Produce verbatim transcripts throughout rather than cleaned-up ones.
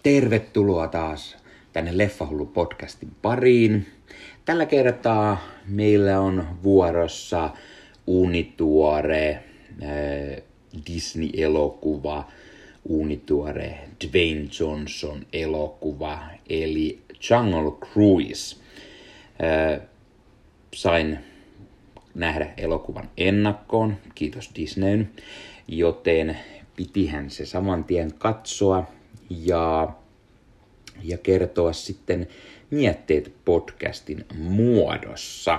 Tervetuloa taas tänne Leffahullu-podcastin pariin. Tällä kertaa meillä on vuorossa uunituore äh, Disney-elokuva, uunituore Dwayne Johnson-elokuva, eli Jungle Cruise. Äh, sain nähdä elokuvan ennakkoon, kiitos Disneyn, joten pitihän se saman tien katsoa ja, ja kertoa sitten mietteet podcastin muodossa.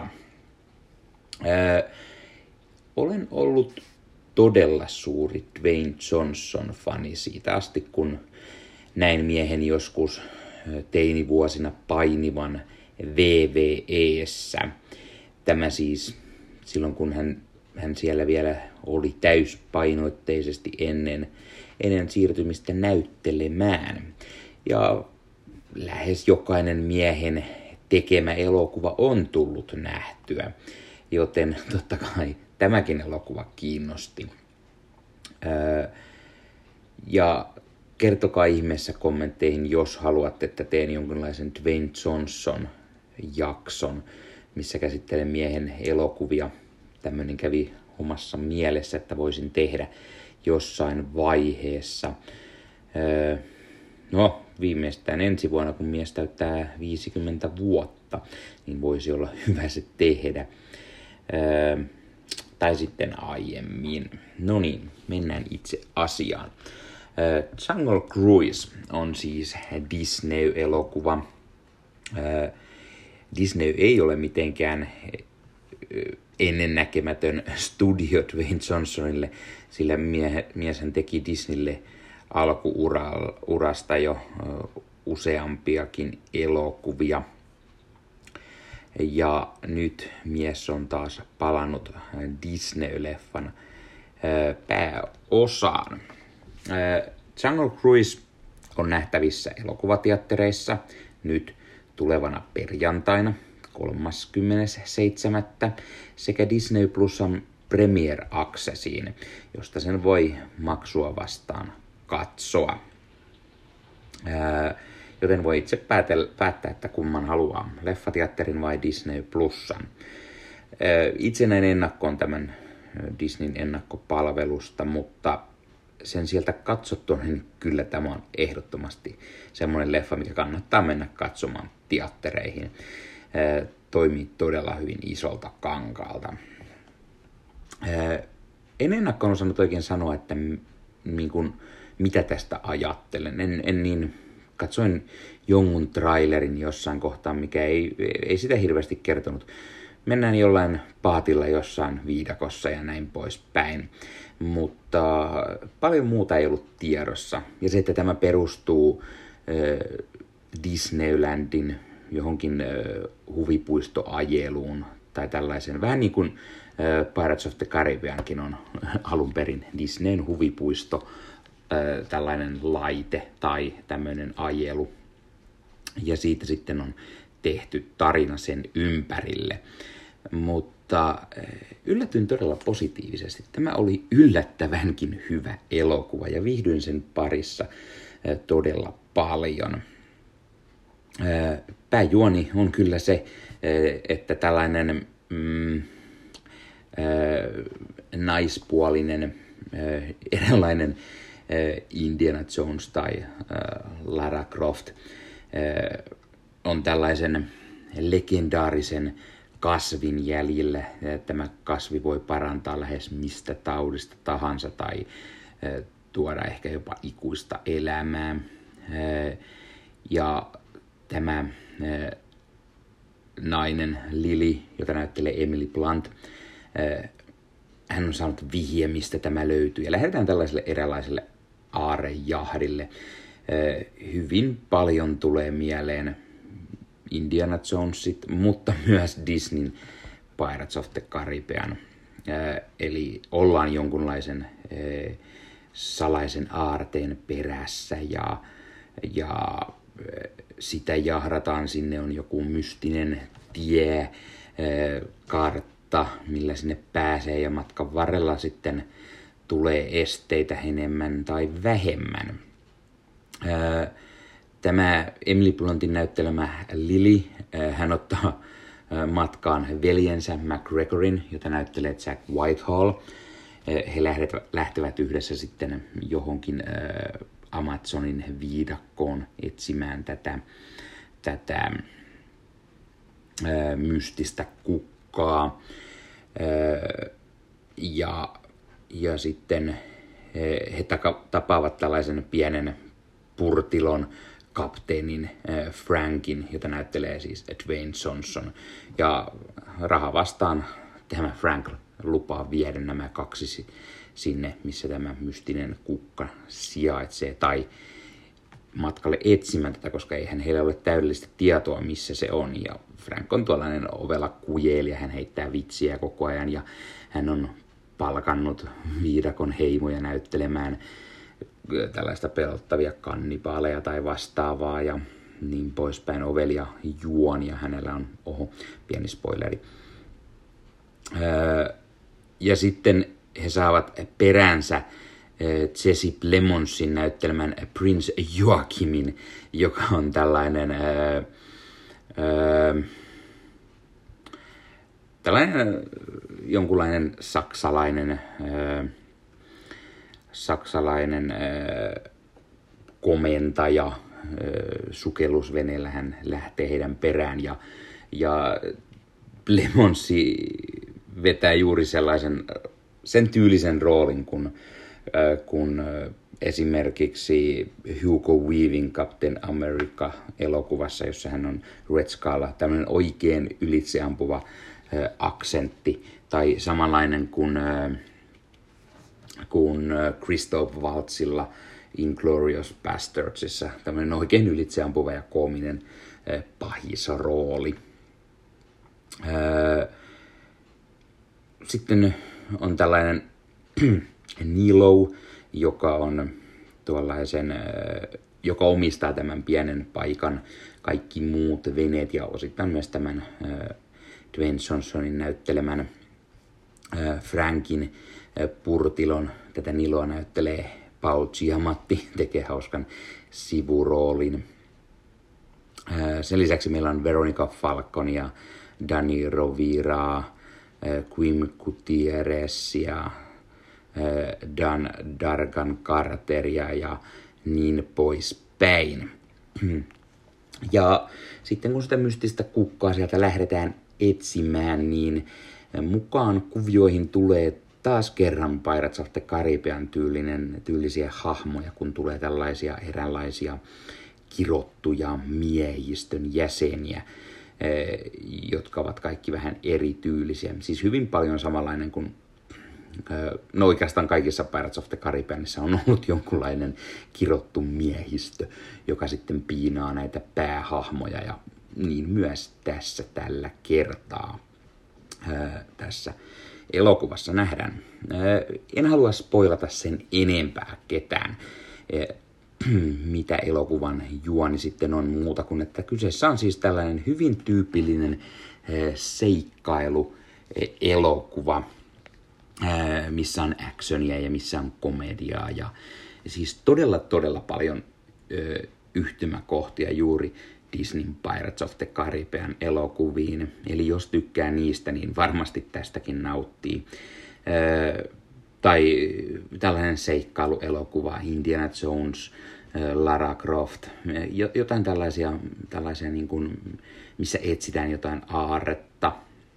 Öö, olen ollut todella suuri Dwayne Johnson-fani siitä asti, kun näin miehen joskus teinivuosina painivan V V E:ssä. Tämä siis silloin, kun hän, hän siellä vielä oli täyspainoitteisesti ennen, ennen siirtymistä näyttelemään. Ja lähes jokainen miehen tekemä elokuva on tullut nähtyä, joten totta kai tämäkin elokuva kiinnosti. Öö, ja kertokaa ihmeessä kommentteihin, jos haluatte, että teen jonkinlaisen Dwayne Johnson-jakson, missä käsittelen miehen elokuvia. Tämmöinen kävi omassa mielessä, että voisin tehdä jossain vaiheessa. Öö, no, viimeistään ensi vuonna, kun mies täyttää viisikymmentä vuotta, niin voisi olla hyvä se tehdä. Öö, tai sitten aiemmin. No niin, mennään itse asiaan. Öö, Jungle Cruise on siis Disney-elokuva. Öö, Disney ei ole mitenkään ennennäkemätön studio Dwayne Johnsonille, sillä mie- mieshän teki Disneylle alkuurasta jo useampiakin elokuvia. Ja nyt mies on taas palannut Disney-leffan pääosaan. Jungle Cruise on nähtävissä elokuvateattereissa nyt tulevana perjantaina kolmaskymmenes seitsemäs sekä Disney Plusan Premier Accessiin, josta sen voi maksua vastaan katsoa. Ää, joten voi itse päätellä, päättää, että kumman haluaa, leffateatterin vai Disney Plusan. Ää, itse näin ennakkoon tämän Disneyn ennakkopalvelusta, mutta sen sieltä katsottua, niin kyllä tämä on ehdottomasti semmoinen leffa, mikä kannattaa mennä katsomaan teattereihin. Ää, toimii todella hyvin isolta kankaalta. Ää, en ennakkoon osannut oikein sanoa, että m- niin kun, mitä tästä ajattelen. En, en niin, katsoin jonkun trailerin jossain kohtaa, mikä ei, ei sitä hirveästi kertonut. Mennään jollain paatilla jossain viidakossa ja näin poispäin. Mutta paljon muuta ei ollut tiedossa. Ja se, että tämä perustuu äh, Disneylandin johonkin äh, huvipuistoajeluun tai tällaisen. Vähän niin kuin äh, Pirates of the Caribbeankin on alun perin Disneyn huvipuisto, äh, tällainen laite tai tämmöinen ajelu. Ja siitä sitten on tehty tarina sen ympärille. Mutta yllätyin todella positiivisesti. Tämä oli yllättävänkin hyvä elokuva ja viihdyin sen parissa todella paljon. Pääjuoni on kyllä se, että tällainen mm, naispuolinen erilainen Indiana Jones tai Lara Croft on tällaisen legendaarisen kasvin jäljillä. Tämä kasvi voi parantaa lähes mistä taudista tahansa tai tuoda ehkä jopa ikuista elämää. Ja tämä nainen Lily, jota näyttelee Emily Blunt, hän on saanut vihje, mistä tämä löytyy. Ja lähdetään tällaiselle eräänlaiselle aarejahdille. Hyvin paljon tulee mieleen Indiana Jonesit, mutta myös Disneyn Pirates of the Caribbean. Eli ollaan jonkunlaisen salaisen aarteen perässä ja, ja sitä jahrataan. Sinne on joku mystinen tie, kartta, millä sinne pääsee ja matkan varrella sitten tulee esteitä enemmän tai vähemmän. Tämä Emily Bluntin näyttelemä Lily, hän ottaa matkaan veljensä McGregorin, jota näyttelee Jack Whitehall. He lähtevät yhdessä sitten johonkin Amazonin viidakkoon etsimään tätä, tätä mystistä kukkaa. Ja, ja sitten he, he tapaavat tällaisen pienen purtilon kapteenin Frankin, jota näyttelee siis Dwayne Johnson. Ja raha vastaan tämä Frank lupaa viedä nämä kaksi sinne, missä tämä mystinen kukka sijaitsee, tai matkalle etsimään tätä, koska eihän heillä ole täydellistä tietoa, missä se on. Ja Frank on tuollainen ovela kujelija, hän heittää vitsiä koko ajan, ja hän on palkannut viidakon heimoja näyttelemään tällaista pelottavia kannibaaleja tai vastaavaa, ja niin poispäin, ovelia juonia. Hänellä on, oho, pieni spoileri. Öö, ja sitten he saavat peränsä Jesse Plemmonsin näyttelemän Prince Joachimin, joka on tällainen öö, öö, tällainen jonkunlainen saksalainen öö, saksalainen öö, komentaja. Öö, sukellusveneellä hän lähtee heidän perään, ja, ja Plemmonsi vetää juuri sellaisen sen tyylisen roolin, kun, äh, kun äh, esimerkiksi Hugo Weaving Captain America-elokuvassa, jossa hän on Red Skull, tämmöinen oikein ylitseampuva äh, aksentti, tai samanlainen kuin, äh, kuin äh, Christoph Waltzilla Inglourious Bastardsissa, tämmöinen oikein ylitseampuva ja koominen äh, pahisrooli. Äh, sitten on tällainen Nilo, joka on tuollaisen, joka omistaa tämän pienen paikan, kaikki muut veneet ja osittain myös tämän Dwayne Johnsonin näyttelemän Frankin purtilon. Tätä Niloa näyttelee Paul Giamatti, tekee hauskan sivuroolin. Sen lisäksi meillä on Veronica Falcon ja Danny Rovira, Quim Gutierrez ja Dan Dargan Carteria ja niin poispäin. Ja sitten kun sitä mystistä kukkaa sieltä lähdetään etsimään, niin mukaan kuvioihin tulee taas kerran Pirates of the Caribbean tyylinen, tyylisiä hahmoja, kun tulee tällaisia eräänlaisia kirottuja miehistön jäseniä, jotka ovat kaikki vähän erityylisiä. Siis hyvin paljon samanlainen kuin, no oikeastaan kaikissa Pirates of the Caribbeanissa on ollut jonkunlainen kirottu miehistö, joka sitten piinaa näitä päähahmoja, ja niin myös tässä tällä kertaa tässä elokuvassa nähdään. En halua spoilata sen enempää ketään, mitä elokuvan juoni sitten on muuta kuin, että kyseessä on siis tällainen hyvin tyypillinen seikkailu-elokuva, missä on actionia ja missä on komediaa, ja siis todella todella paljon yhtymäkohtia juuri Disneyn Pirates of the Caribbean elokuviin. Eli jos tykkää niistä, niin varmasti tästäkin nauttii. Tai tällainen seikkailuelokuva, Indiana Jones, Lara Croft, jotain tällaisia, tällaisia niin kuin, missä etsitään jotain aarretta,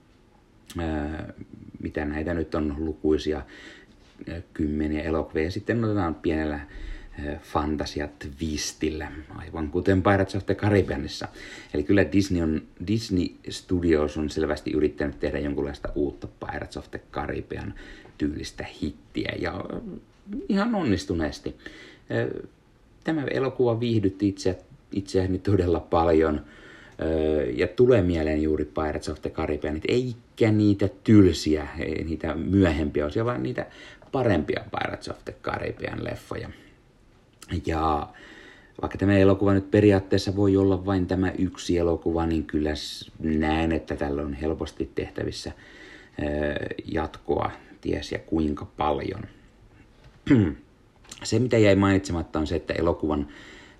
mitä näitä nyt on lukuisia kymmeniä elokuvia, ja sitten otetaan pienellä fantasia-twistillä, aivan kuten Pirates of the Caribbeanissa. Eli kyllä Disney, on, Disney Studios on selvästi yrittänyt tehdä jonkunlaista uutta Pirates of the Caribbean tyylistä hittiä, ja ihan onnistuneesti. Tämä elokuva viihdytti itse, itseäni todella paljon, ja tulee mieleen juuri Pirates of the Caribbean, eikä niitä tylsiä, niitä myöhempiä osia, vaan niitä parempia Pirates of the Caribbean leffoja. Ja vaikka tämä elokuva nyt periaatteessa voi olla vain tämä yksi elokuva, niin kyllä näen, että tällä on helposti tehtävissä jatkoa ties ja kuinka paljon. Se, mitä jäi mainitsematta, on se, että elokuvan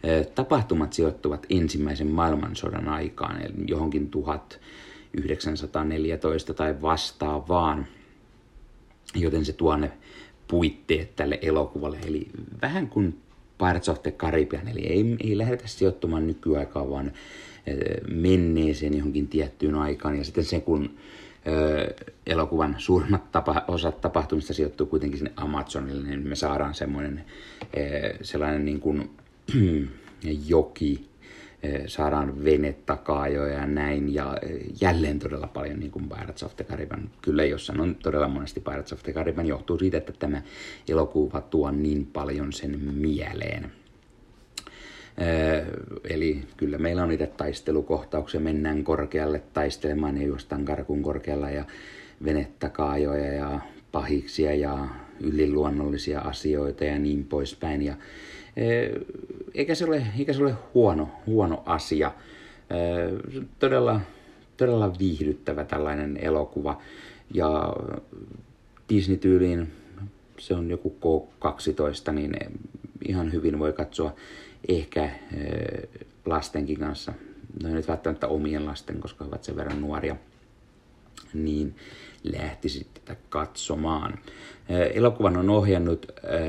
Tapahtumat sijoittuvat ensimmäisen maailmansodan aikaan, eli johonkin tuhatyhdeksänsataaneljätoista tai vastaavaan, joten se tuo ne puitteet tälle elokuvalle. Eli vähän kuin Pirates of the Caribbean, eli ei, ei lähdetä sijoittumaan nykyaikaan, vaan menneeseen johonkin tiettyyn aikaan. Ja sitten se, kun ö, elokuvan suurimmat tapa, osat tapahtumista sijoittuu kuitenkin sinne Amazonille, niin me saadaan semmoinen ö, sellainen niin kuin joki, ö, saadaan venetakaajoja ja näin, ja jälleen todella paljon niin kuin Pirates of the Caribbean. Kyllä, jos sanon todella monesti Pirates of the Caribbean, johtuu siitä, että tämä elokuva tuo niin paljon sen mieleen. Öö, eli kyllä meillä on niitä taistelukohtauksia, mennään korkealle taistelemaan ja juostaan karkuun korkealla ja venetakaajoja ja pahiksia ja yliluonnollisia asioita ja niin poispäin. Ja, öö, eikä, se ole, eikä se ole huono, huono asia. Öö, todella, todella viihdyttävä tällainen elokuva ja Disney-tyyliin se on joku K kaksitoista, niin ihan hyvin voi katsoa ehkä lastenkin kanssa, no nyt välttämättä omien lasten, koska he ovat sen verran nuoria, niin lähtisi tätä katsomaan. Elokuvan on ohjannut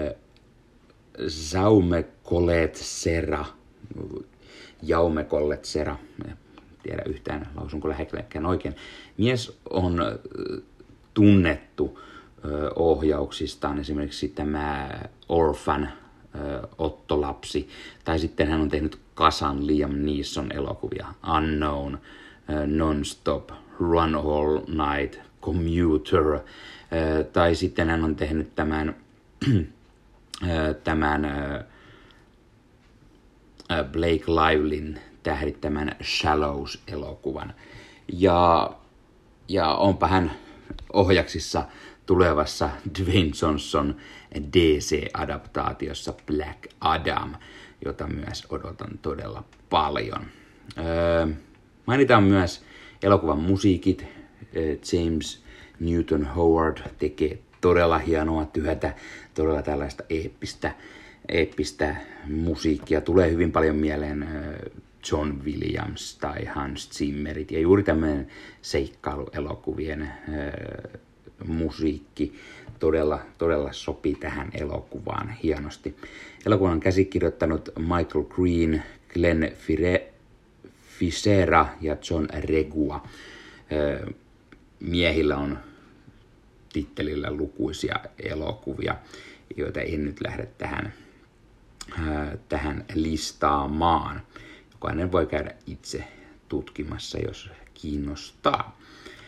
Jaume Collet-Serra, Jaume Collet-Serra, en tiedä yhtään lausunko lähellekään oikein. Mies on tunnettu ohjauksistaan, esimerkiksi tämä Orphan, Ottolapsi, tai sitten hän on tehnyt kasan Liam Neeson elokuvia, Unknown, Non-Stop, Run All Night, Commuter, tai sitten hän on tehnyt tämän, tämän Blake Livelyn tähdittämän Shallows-elokuvan. Ja, ja onpa hän ohjaksissa tulevassa Dwayne Johnson D C-adaptaatiossa Black Adam, jota myös odotan todella paljon. Öö, mainitaan myös elokuvan musiikit. James Newton Howard tekee todella hienoa työtä, todella tällaista eeppistä, eeppistä musiikkia. Tulee hyvin paljon mieleen John Williams tai Hans Zimmerit ja juuri tämmöinen seikkailuelokuvien musiikki todella, todella sopii tähän elokuvaan hienosti. Elokuvan on käsikirjoittanut Michael Green, Glenn Fisera ja John Regua. Miehillä on tittelillä lukuisia elokuvia, joita en nyt lähde tähän, tähän listaamaan. Jokainen voi käydä itse tutkimassa, jos kiinnostaa.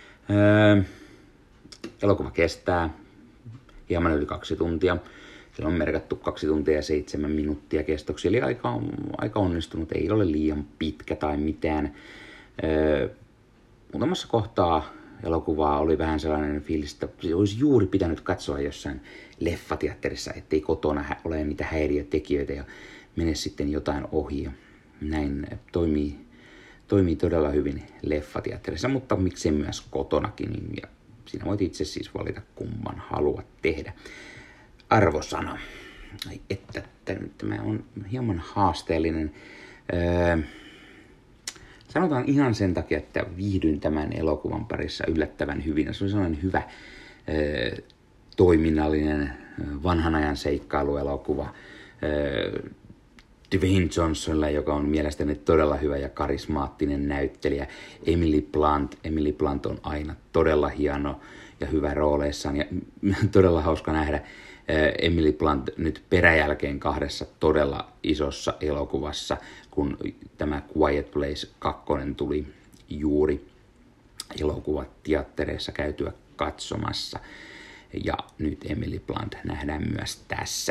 Elokuva kestää hieman yli kaksi tuntia. Se on merkattu kaksi tuntia ja seitsemän minuuttia kestoksi, eli aika, on, aika onnistunut, ei ole liian pitkä tai mitään. Öö, muutamassa kohtaa elokuvaa oli vähän sellainen fiilis, että se olisi juuri pitänyt katsoa jossain leffateatterissa, ettei kotona ole niitä häiriötekijöitä ja mene sitten jotain ohi. Näin toimii, toimii todella hyvin leffateatterissa, mutta miksei myös kotonakin. Ja siinä voit itse siis valita, kumman haluat tehdä. Arvosana. Ai että, tämä on hieman haasteellinen. Öö, sanotaan ihan sen takia, että viihdyin tämän elokuvan parissa yllättävän hyvin. Se oli sellainen hyvä öö, toiminnallinen vanhan ajan seikkailuelokuva. Öö, Dwayne Johnsonilla, joka on mielestäni todella hyvä ja karismaattinen näyttelijä. Emily Blunt. Emily Blunt on aina todella hieno ja hyvä rooleissaan. Ja todella hauska nähdä Emily Blunt nyt peräjälkeen kahdessa todella isossa elokuvassa, kun tämä Quiet Place kaksi tuli juuri elokuvateattereissa käytyä katsomassa. Ja nyt Emily Blunt nähdään myös tässä.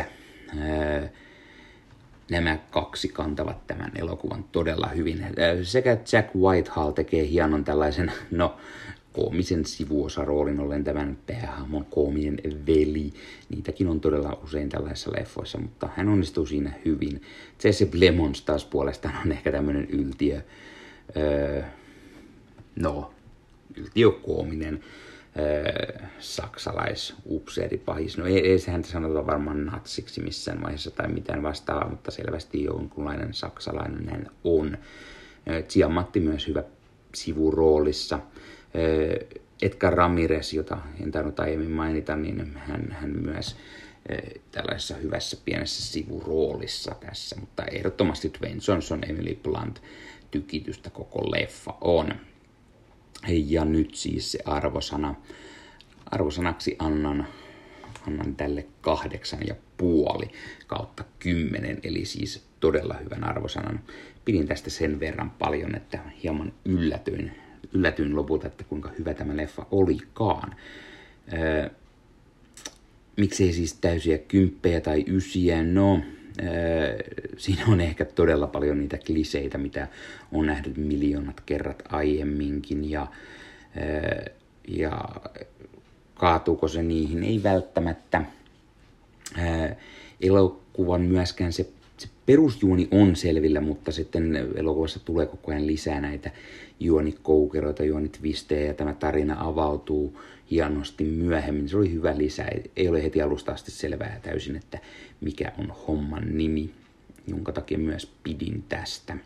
Nämä kaksi kantavat tämän elokuvan todella hyvin. Sekä Jack Whitehall tekee hienon tällaisen, no, koomisen sivuosaroolin ollen tämän päähahmon koominen veli. Niitäkin on todella usein tällaisissa leffoissa, mutta hän onnistuu siinä hyvin. Jesse Plemons taas puolestaan on ehkä tämmöinen yltiö, öö, no, yltiökoominen. öö, saksalaisupseeripahis. No ei, ei sehän sanota varmaan natsiksi missään vaiheessa tai mitään vastaavaa, mutta selvästi jonkunlainen saksalainen hän on. Giamatti myös hyvä sivuroolissa. Edgar Ramirez, jota en tainnut aiemmin mainita, niin hän, hän myös tällaisessa hyvässä pienessä sivuroolissa tässä, mutta ehdottomasti Dwayne Johnson, Emily Blunt tykitystä koko leffa on. Ja nyt siis se arvosana. Arvosanaksi annan, annan tälle kahdeksan ja puoli kautta kymmenen, eli siis todella hyvän arvosanan. Pidin tästä sen verran paljon, että hieman yllätyin, yllätyin lopulta, että kuinka hyvä tämä leffa olikaan. Öö, miksei siis täysiä kymppejä tai ysiä? No, öö, siinä on ehkä todella paljon niitä kliseitä, mitä on nähnyt miljoonat kerrat aiemminkin, ja, öö, ja kaatuuko se niihin? Ei välttämättä. Öö, elokuvan myöskään se Se perusjuoni on selvillä, mutta sitten elokuvassa tulee koko ajan lisää näitä juonikoukeroita, juonitvistejä ja tämä tarina avautuu hienosti myöhemmin. Se oli hyvä lisä. Ei ole heti alusta asti selvää täysin, että mikä on homman nimi, jonka takia myös pidin tästä.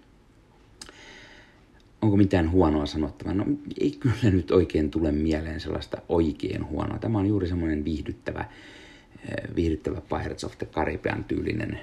Onko mitään huonoa sanottavaa? No ei kyllä nyt oikein tule mieleen sellaista oikein huonoa. Tämä on juuri semmoinen viihdyttävä, viihdyttävä Pirates of the Caribbean tyylinen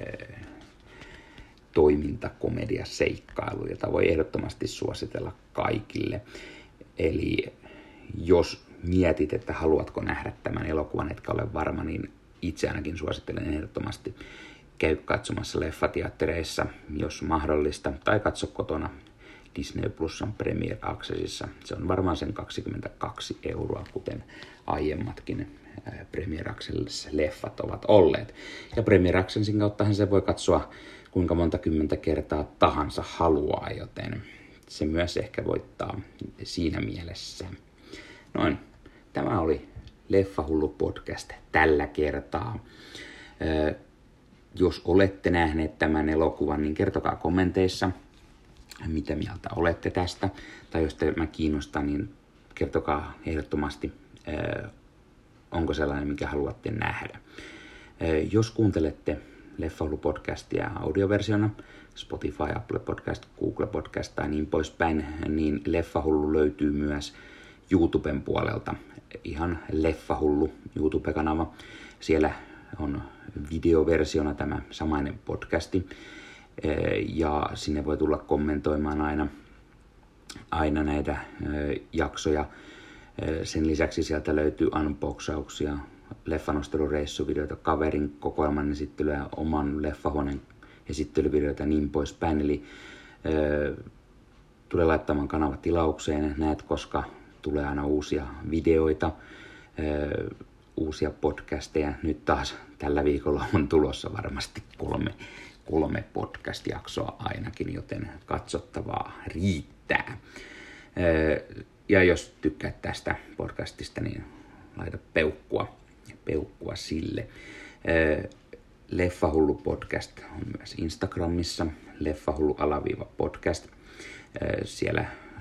toimintakomedia seikkailu, jota voi ehdottomasti suositella kaikille. Eli jos mietit, että haluatko nähdä tämän elokuvan, etkä ole varma, niin itse ainakin suosittelen ehdottomasti käy katsomassa leffateattereissa, jos mahdollista, tai katso kotona Disney Plusan Premier Accessissa. Se on varmaan sen kaksikymmentäkaksi euroa, kuten aiemmatkin Premier Access-leffat ovat olleet. Ja Premier Accessin kauttahan se voi katsoa kuinka monta kymmentä kertaa tahansa haluaa, joten se myös ehkä voittaa siinä mielessä. Noin, tämä oli Leffahullu podcast tällä kertaa. Ö, jos olette nähneet tämän elokuvan, niin kertokaa kommenteissa, mitä mieltä olette tästä. Tai jos tämä kiinnostaa, niin kertokaa ehdottomasti, ö, onko sellainen, mikä haluatte nähdä. Ö, jos kuuntelette Leffahullu-podcastia audioversiona, Spotify, Apple Podcast, Google Podcast tai niin poispäin, niin Leffahullu löytyy myös YouTuben puolelta. Ihan Leffahullu YouTube-kanava. Siellä on videoversiona tämä samainen podcasti, ja sinne voi tulla kommentoimaan aina, aina näitä jaksoja. Sen lisäksi sieltä löytyy unboxauksia, leffanostelureissuvideoita, kaverin kokoelman esittelyä, oman leffahuoneen esittelyvideoita ja niin poispäin. Eli ö, tule laittamaan kanava tilaukseen, näet koska tulee aina uusia videoita, ö, uusia podcasteja. Nyt taas tällä viikolla on tulossa varmasti kolme, kolme podcast-jaksoa ainakin, joten katsottavaa riittää. Ö, ja jos tykkäät tästä podcastista, niin laita peukkua. peukkua sille. Leffahullu podcast on myös Instagramissa, leffahullu alaviiva podcast. Siellä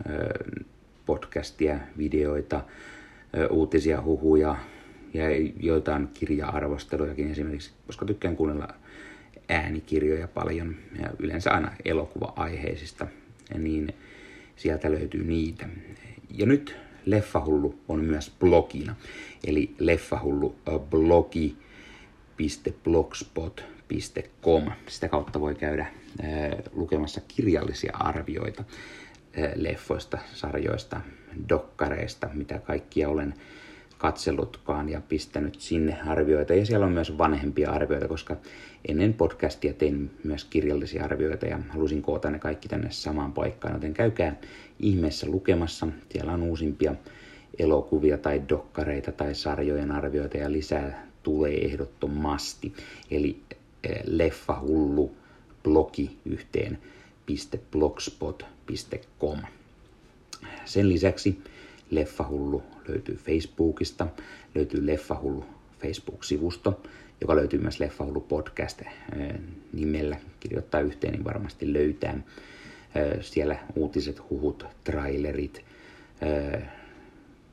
podcastia, videoita, uutisia, huhuja ja joitain kirja-arvostelujakin esimerkiksi, koska tykkään kuunnella äänikirjoja paljon ja yleensä aina elokuva-aiheisista, niin sieltä löytyy niitä. Ja nyt Leffahullu on myös blogina, eli leffahullu-blogi piste blogspot piste com. Sitä kautta voi käydä ää, lukemassa kirjallisia arvioita ää, leffoista, sarjoista, dokkareista, mitä kaikkia olen katsellutkaan ja pistänyt sinne arvioita. Ja siellä on myös vanhempia arvioita, koska ennen podcastia tein myös kirjallisia arvioita ja halusin koota ne kaikki tänne samaan paikkaan, joten käykää ihmeessä lukemassa. Siellä on uusimpia elokuvia tai dokkareita tai sarjojen arvioita ja lisää tulee ehdottomasti. Eli leffahullu blogi yhteen .blogspot piste com. Sen lisäksi Leffahullu löytyy Facebookista, löytyy Leffahullu Facebook-sivusto, joka löytyy myös Leffahullu podcast nimellä. Kirjoittaa yhteen, niin varmasti löytää. Siellä uutiset, huhut, trailerit,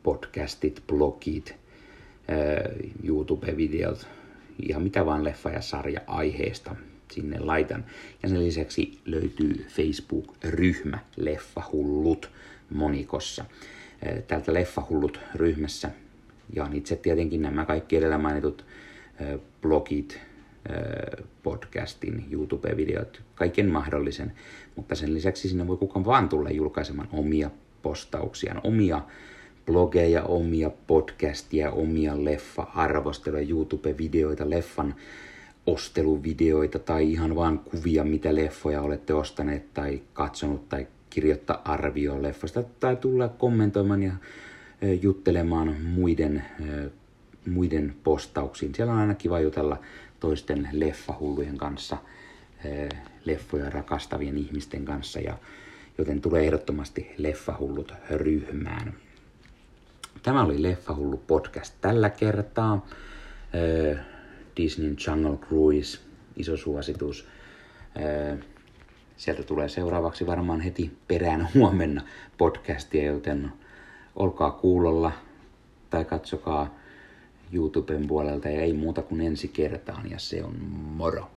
podcastit, blogit, YouTube-videot, ihan mitä vaan leffa- ja sarja-aiheesta sinne laitan. Ja sen lisäksi löytyy Facebook-ryhmä Leffahullut monikossa. Täältä Leffahullut-ryhmässä jaan itse tietenkin nämä kaikki edellä mainitut blogit, podcastin, YouTube-videot, kaiken mahdollisen, mutta sen lisäksi sinne voi kukaan vaan tulla julkaisemaan omia postauksiaan, omia blogeja, omia podcastia, omia leffa-arvosteluja, YouTube-videoita, leffan osteluvideoita tai ihan vaan kuvia, mitä leffoja olette ostaneet tai katsonut tai kirjoittaa arvio leffasta tai tulla kommentoimaan ja juttelemaan muiden, muiden postauksiin. Siellä on aina kiva jutella toisten leffahullujen kanssa, leffoja rakastavien ihmisten kanssa, ja joten tulee ehdottomasti Leffahullut ryhmään. Tämä oli Leffahullu podcast tällä kertaa. Disneyn Jungle Cruise, iso suositus. Sieltä tulee seuraavaksi varmaan heti perään huomenna podcastia, joten olkaa kuulolla tai katsokaa YouTuben puolelta, ja ei muuta kuin ensi kertaan, ja se on moro!